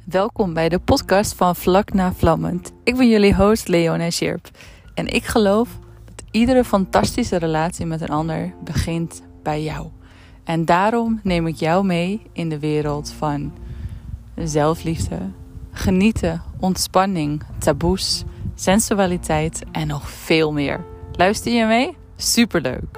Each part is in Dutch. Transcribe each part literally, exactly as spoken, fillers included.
Welkom bij de podcast van Vlak na Vlammend. Ik ben jullie host Leona Scherp. En ik geloof dat iedere fantastische relatie met een ander begint bij jou. En daarom neem ik jou mee in de wereld van zelfliefde, genieten, ontspanning, taboes, sensualiteit en nog veel meer. Luister je mee? Superleuk!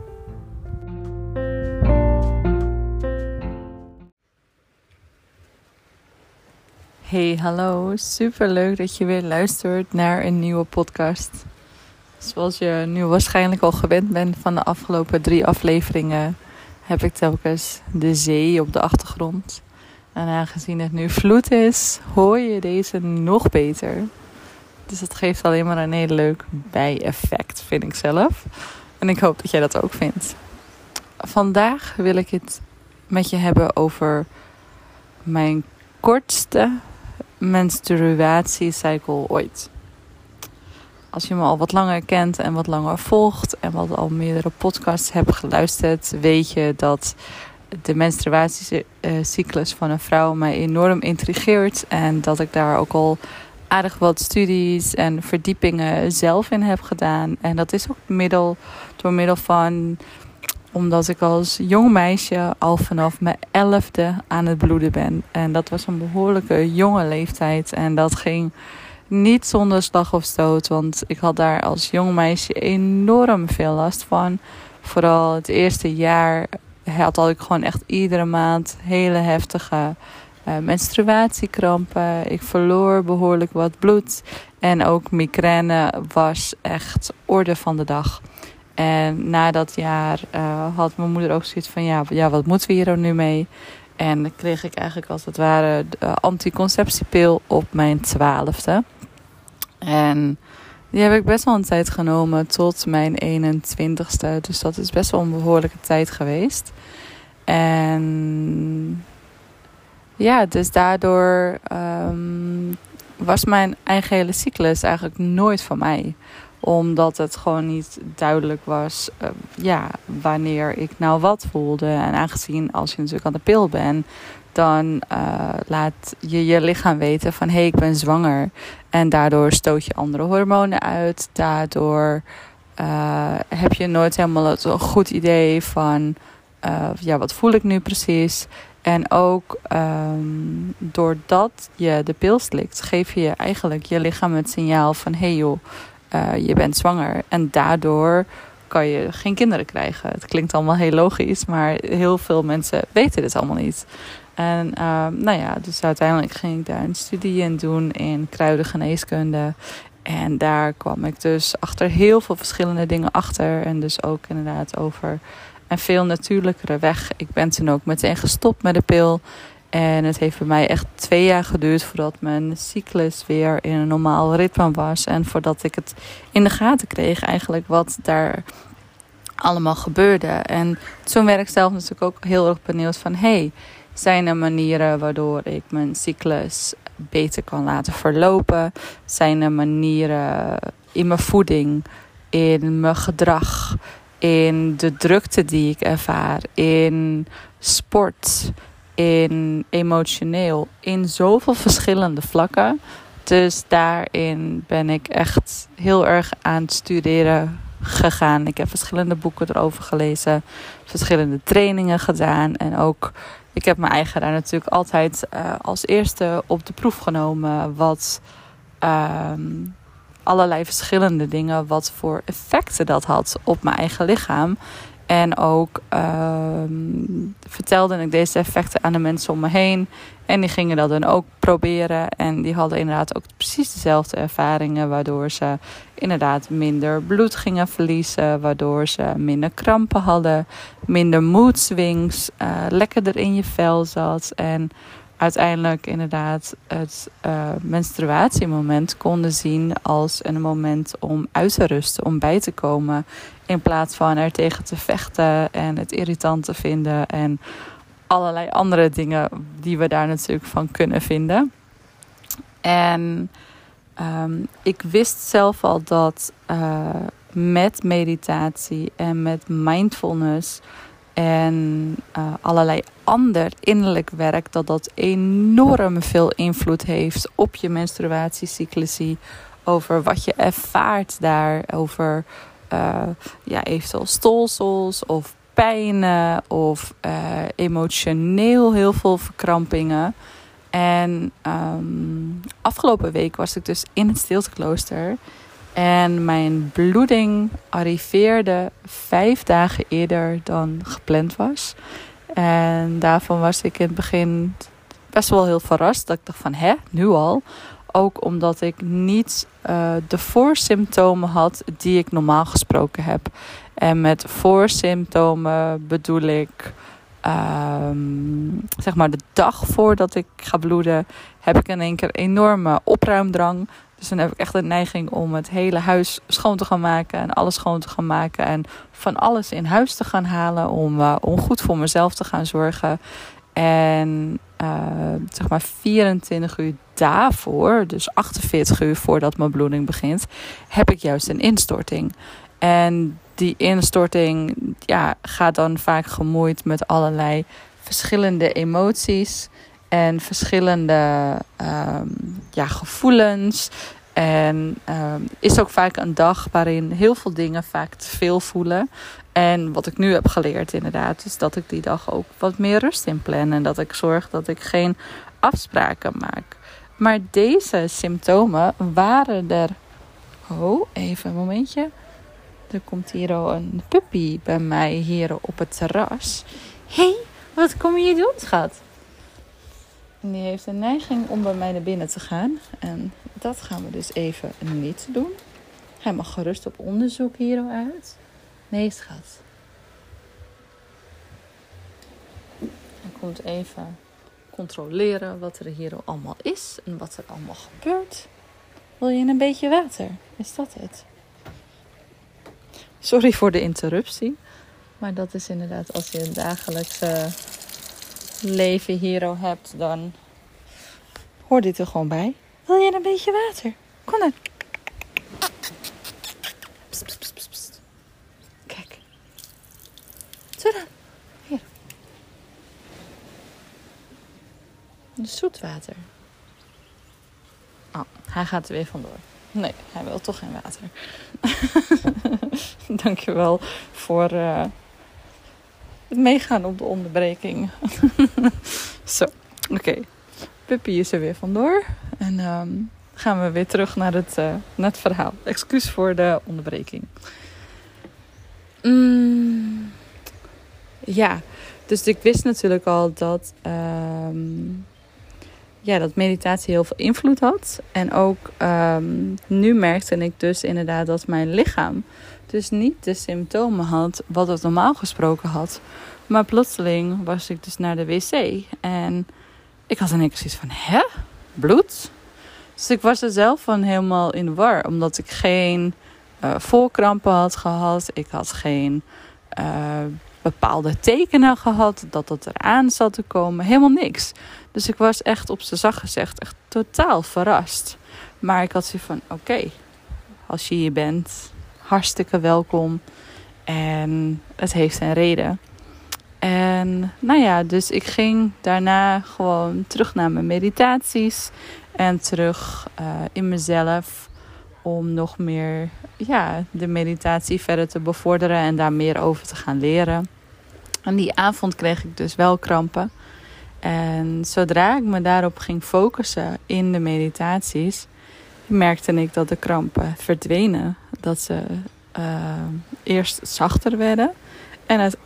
Hey, hallo. Super leuk dat je weer luistert naar een nieuwe podcast. Zoals je nu waarschijnlijk al gewend bent van de afgelopen drie afleveringen, heb ik telkens de zee op de achtergrond. En aangezien het nu vloed is, hoor je deze nog beter. Dus dat geeft alleen maar een heel leuk bijeffect, vind ik zelf. En ik hoop dat jij dat ook vindt. Vandaag wil ik het met je hebben over mijn kortste menstruatiecycle ooit. Als je me al wat langer kent en wat langer volgt en wat al meerdere podcasts hebt geluisterd, weet je dat de menstruatiecyclus van een vrouw mij enorm intrigeert en dat ik daar ook al aardig wat studies en verdiepingen zelf in heb gedaan. En dat is ook middel, door middel van omdat ik als jong meisje al vanaf mijn elfde aan het bloeden ben. En dat was een behoorlijke jonge leeftijd. En dat ging niet zonder slag of stoot. Want ik had daar als jong meisje enorm veel last van. Vooral het eerste jaar had, had ik gewoon echt iedere maand hele heftige uh, menstruatiekrampen. Ik verloor behoorlijk wat bloed. En ook migraine was echt orde van de dag. En na dat jaar uh, had mijn moeder ook zoiets van, ja, ja, wat moeten we hier nu mee? En dan kreeg ik eigenlijk als het ware de anticonceptiepil op mijn twaalfde. En die heb ik best wel een tijd genomen tot mijn eenentwintigste. Dus dat is best wel een behoorlijke tijd geweest. En ja, dus daardoor um, was mijn eigen hele cyclus eigenlijk nooit van mij. Omdat het gewoon niet duidelijk was uh, ja, wanneer ik nou wat voelde. En aangezien als je natuurlijk aan de pil bent, dan uh, laat je je lichaam weten van hé, hey, ik ben zwanger. En daardoor stoot je andere hormonen uit. Daardoor uh, heb je nooit helemaal het, een goed idee van uh, ja, wat voel ik nu precies. En ook um, doordat je de pil slikt, geef je eigenlijk je lichaam het signaal van hé hey joh, Uh, je bent zwanger en daardoor kan je geen kinderen krijgen. Het klinkt allemaal heel logisch, maar heel veel mensen weten dit allemaal niet. En uh, nou ja, dus uiteindelijk ging ik daar een studie in doen in kruidengeneeskunde. En daar kwam ik dus achter heel veel verschillende dingen achter. En dus ook inderdaad over een veel natuurlijkere weg. Ik ben toen ook meteen gestopt met de pil. En het heeft bij mij echt twee jaar geduurd voordat mijn cyclus weer in een normaal ritme was. En voordat ik het in de gaten kreeg eigenlijk wat daar allemaal gebeurde. En toen werd ik zelf natuurlijk ook heel erg benieuwd van hey, zijn er manieren waardoor ik mijn cyclus beter kan laten verlopen? Zijn er manieren in mijn voeding, in mijn gedrag, in de drukte die ik ervaar, in sport, in emotioneel, in zoveel verschillende vlakken. Dus daarin ben ik echt heel erg aan het studeren gegaan. Ik heb verschillende boeken erover gelezen, verschillende trainingen gedaan. En ook, ik heb mijn eigen daar natuurlijk altijd uh, als eerste op de proef genomen. Wat uh, allerlei verschillende dingen, wat voor effecten dat had op mijn eigen lichaam. En ook uh, vertelde ik deze effecten aan de mensen om me heen. En die gingen dat dan ook proberen. En die hadden inderdaad ook precies dezelfde ervaringen. Waardoor ze inderdaad minder bloed gingen verliezen. Waardoor ze minder krampen hadden. Minder mood swings. Uh, lekkerder in je vel zat. En uiteindelijk inderdaad het uh, menstruatiemoment konden zien als een moment om uit te rusten. Om bij te komen. In plaats van er tegen te vechten en het irritant te vinden. En allerlei andere dingen die we daar natuurlijk van kunnen vinden. En um, ik wist zelf al dat uh, met meditatie en met mindfulness En uh, allerlei ander innerlijk werk, dat dat enorm veel invloed heeft op je menstruatiecyclusie. Over wat je ervaart daar, over uh, ja, eventueel stolsels of pijnen of uh, emotioneel heel veel verkrampingen. En um, afgelopen week was ik dus in het stilteklooster. En mijn bloeding arriveerde vijf dagen eerder dan gepland was. En daarvan was ik in het begin best wel heel verrast. Dat ik dacht van, hè, nu al? Ook omdat ik niet uh, de voorsymptomen had die ik normaal gesproken heb. En met voorsymptomen bedoel ik, um, zeg maar de dag voordat ik ga bloeden, heb ik in één keer enorme opruimdrang. Dus dan heb ik echt de neiging om het hele huis schoon te gaan maken en alles schoon te gaan maken. En van alles in huis te gaan halen om, uh, om goed voor mezelf te gaan zorgen. En uh, zeg maar vierentwintig uur daarvoor, dus achtenveertig uur voordat mijn bloeding begint, heb ik juist een instorting. En die instorting ja, gaat dan vaak gemoeid met allerlei verschillende emoties en verschillende um, ja, gevoelens. En um, is ook vaak een dag waarin heel veel dingen vaak te veel voelen. En wat ik nu heb geleerd inderdaad, is dat ik die dag ook wat meer rust in plan. En dat ik zorg dat ik geen afspraken maak. Maar deze symptomen waren er... Oh, even een momentje. Er komt hier al een puppy bij mij hier op het terras. Hé, hey, wat kom je doen, schat? En die heeft een neiging om bij mij naar binnen te gaan. En dat gaan we dus even niet doen. Hij mag gerust op onderzoek hier al uit. Nee, schat. Hij komt even controleren wat er hier al allemaal is. En wat er allemaal gebeurt. Wil je een beetje water? Is dat het? Sorry voor de interruptie. Maar dat is inderdaad, als je een dagelijkse leven hier al hebt, dan hoort dit er gewoon bij. Wil je een beetje water? Kom dan. Pst, pst, pst, pst, pst. Kijk. Zo dan. Hier. Zoetwater. Oh, hij gaat er weer vandoor. Nee, hij wil toch geen water. Dankjewel voor uh, het meegaan op de onderbreking. Zo, oké. Okay. Puppy is er weer vandoor. En um, gaan we weer terug naar het, uh, naar het verhaal. Excuus voor de onderbreking. Mm, ja, dus ik wist natuurlijk al dat... Um, Ja, dat meditatie heel veel invloed had. En ook um, nu merkte ik dus inderdaad dat mijn lichaam dus niet de symptomen had wat het normaal gesproken had. Maar plotseling was ik dus naar de wc. En ik had in één keer zoiets van, hè? Bloed? Dus ik was er zelf van helemaal in de war. Omdat ik geen uh, voorkrampen had gehad. Ik had geen uh, bepaalde tekenen gehad dat het eraan zat te komen. Helemaal niks. Dus ik was echt op z'n zacht gezegd echt totaal verrast. Maar ik had zoiets van, oké, okay, als je hier bent, hartstikke welkom. En het heeft zijn reden. En nou ja, dus ik ging daarna gewoon terug naar mijn meditaties. En terug uh, in mezelf. Om nog meer ja, de meditatie verder te bevorderen. En daar meer over te gaan leren. En die avond kreeg ik dus wel krampen. En zodra ik me daarop ging focussen in de meditaties, merkte ik dat de krampen verdwenen. Dat ze uh, eerst zachter werden en, het,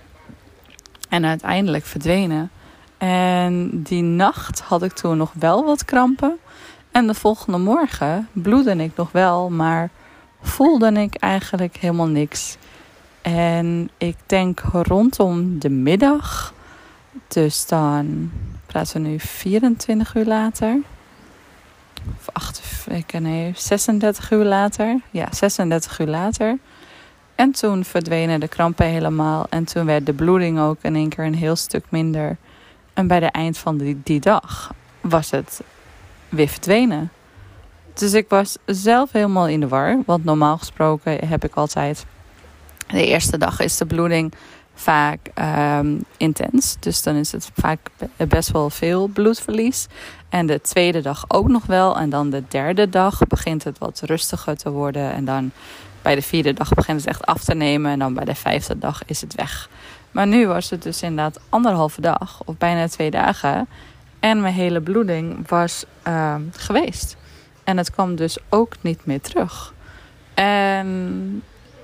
en uiteindelijk verdwenen. En die nacht had ik toen nog wel wat krampen. En de volgende morgen bloedde ik nog wel, maar voelde ik eigenlijk helemaal niks. En ik denk rondom de middag... Dus dan praten we nu vierentwintig uur later. Of acht, nee, zesendertig uur later. Ja, zesendertig uur later. En toen verdwenen de krampen helemaal. En toen werd de bloeding ook in één keer een heel stuk minder. En bij de eind van die, die dag was het weer verdwenen. Dus ik was zelf helemaal in de war. Want normaal gesproken heb ik altijd... De eerste dag is de bloeding vaak um, intens. Dus dan is het vaak best wel veel bloedverlies. En de tweede dag ook nog wel. En dan de derde dag begint het wat rustiger te worden. En dan bij de vierde dag begint het echt af te nemen. En dan bij de vijfde dag is het weg. Maar nu was het dus inderdaad anderhalve dag of bijna twee dagen. En mijn hele bloeding was uh, geweest. En het kwam dus ook niet meer terug. En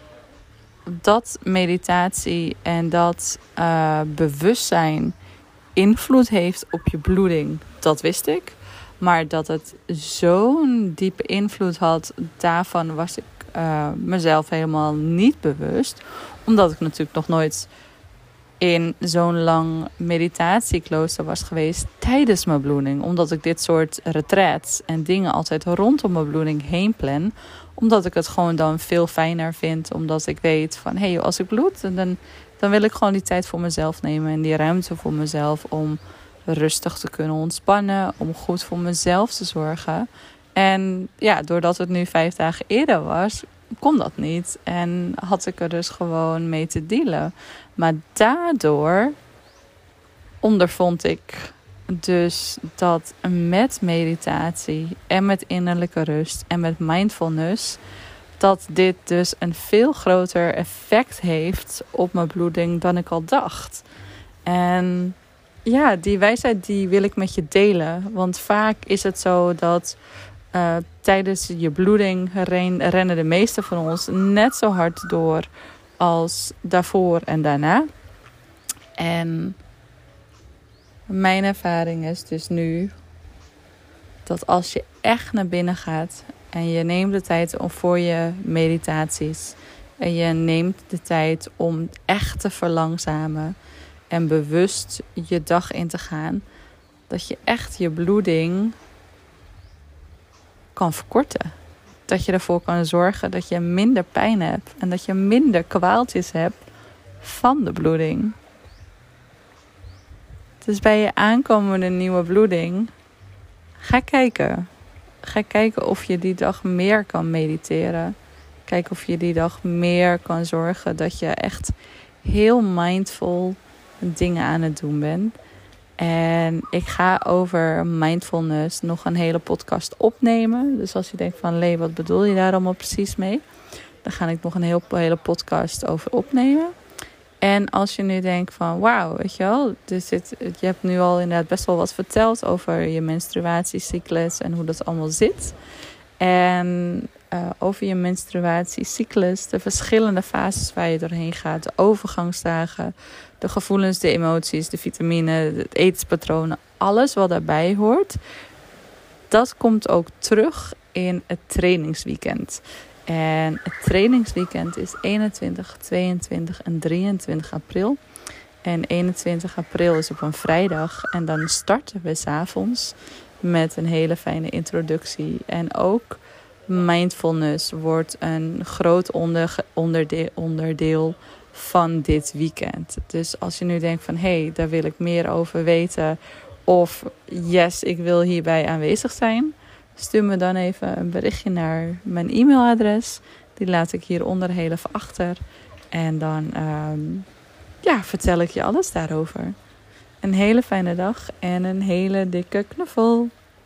dat meditatie en dat uh, bewustzijn invloed heeft op je bloeding, dat wist ik. Maar dat het zo'n diepe invloed had, daarvan was ik uh, mezelf helemaal niet bewust. Omdat ik natuurlijk nog nooit in zo'n lang meditatieklooster was geweest tijdens mijn bloeding. Omdat ik dit soort retraits en dingen altijd rondom mijn bloeding heen plan. Omdat ik het gewoon dan veel fijner vind. Omdat ik weet van, hé, hey, als ik bloed, dan, dan wil ik gewoon die tijd voor mezelf nemen. En die ruimte voor mezelf om rustig te kunnen ontspannen. Om goed voor mezelf te zorgen. En ja, doordat het nu vijf dagen eerder was, kon dat niet. En had ik er dus gewoon mee te dealen. Maar daardoor ondervond ik dus dat met meditatie en met innerlijke rust en met mindfulness, dat dit dus een veel groter effect heeft op mijn bloeding dan ik al dacht. En ja, die wijsheid die wil ik met je delen. Want vaak is het zo dat Uh, tijdens je bloeding ren, rennen de meeste van ons net zo hard door als daarvoor en daarna. En mijn ervaring is dus nu dat als je echt naar binnen gaat en je neemt de tijd om voor je meditaties en je neemt de tijd om echt te verlangzamen en bewust je dag in te gaan, dat je echt je bloeding kan verkorten. Dat je ervoor kan zorgen dat je minder pijn hebt en dat je minder kwaaltjes hebt van de bloeding. Dus bij je aankomende nieuwe bloeding, ga kijken. Ga kijken of je die dag meer kan mediteren. Kijk of je die dag meer kan zorgen dat je echt heel mindful dingen aan het doen bent. En ik ga over mindfulness nog een hele podcast opnemen. Dus als je denkt van, Lee, wat bedoel je daar allemaal precies mee? Dan ga ik nog een heel, hele podcast over opnemen. En als je nu denkt van, wauw, weet je wel, dus dit, je hebt nu al inderdaad best wel wat verteld over je menstruatiecyclus en hoe dat allemaal zit. En uh, over je menstruatiecyclus, de verschillende fases waar je doorheen gaat, de overgangsdagen, de gevoelens, de emoties, de vitamine, het etenspatronen, alles wat daarbij hoort, dat komt ook terug in het trainingsweekend. En het trainingsweekend is eenentwintig, tweeëntwintig en drieëntwintig april. En eenentwintig april is op een vrijdag. En dan starten we 's avonds met een hele fijne introductie. En ook mindfulness wordt een groot onder, onderdeel, onderdeel van dit weekend. Dus als je nu denkt van, hé, hey, daar wil ik meer over weten. Of yes, ik wil hierbij aanwezig zijn. Stuur me dan even een berichtje naar mijn e-mailadres. Die laat ik hieronder heel even achter. En dan um, ja, vertel ik je alles daarover. Een hele fijne dag en een hele dikke knuffel.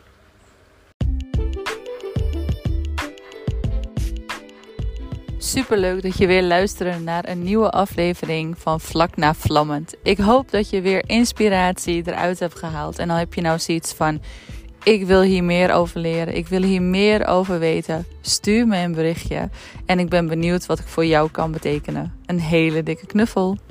Superleuk dat je weer luistert naar een nieuwe aflevering van Vlak na Vlammend. Ik hoop dat je weer inspiratie eruit hebt gehaald. En dan heb je nou zoiets van, ik wil hier meer over leren. Ik wil hier meer over weten. Stuur me een berichtje. En ik ben benieuwd wat ik voor jou kan betekenen. Een hele dikke knuffel.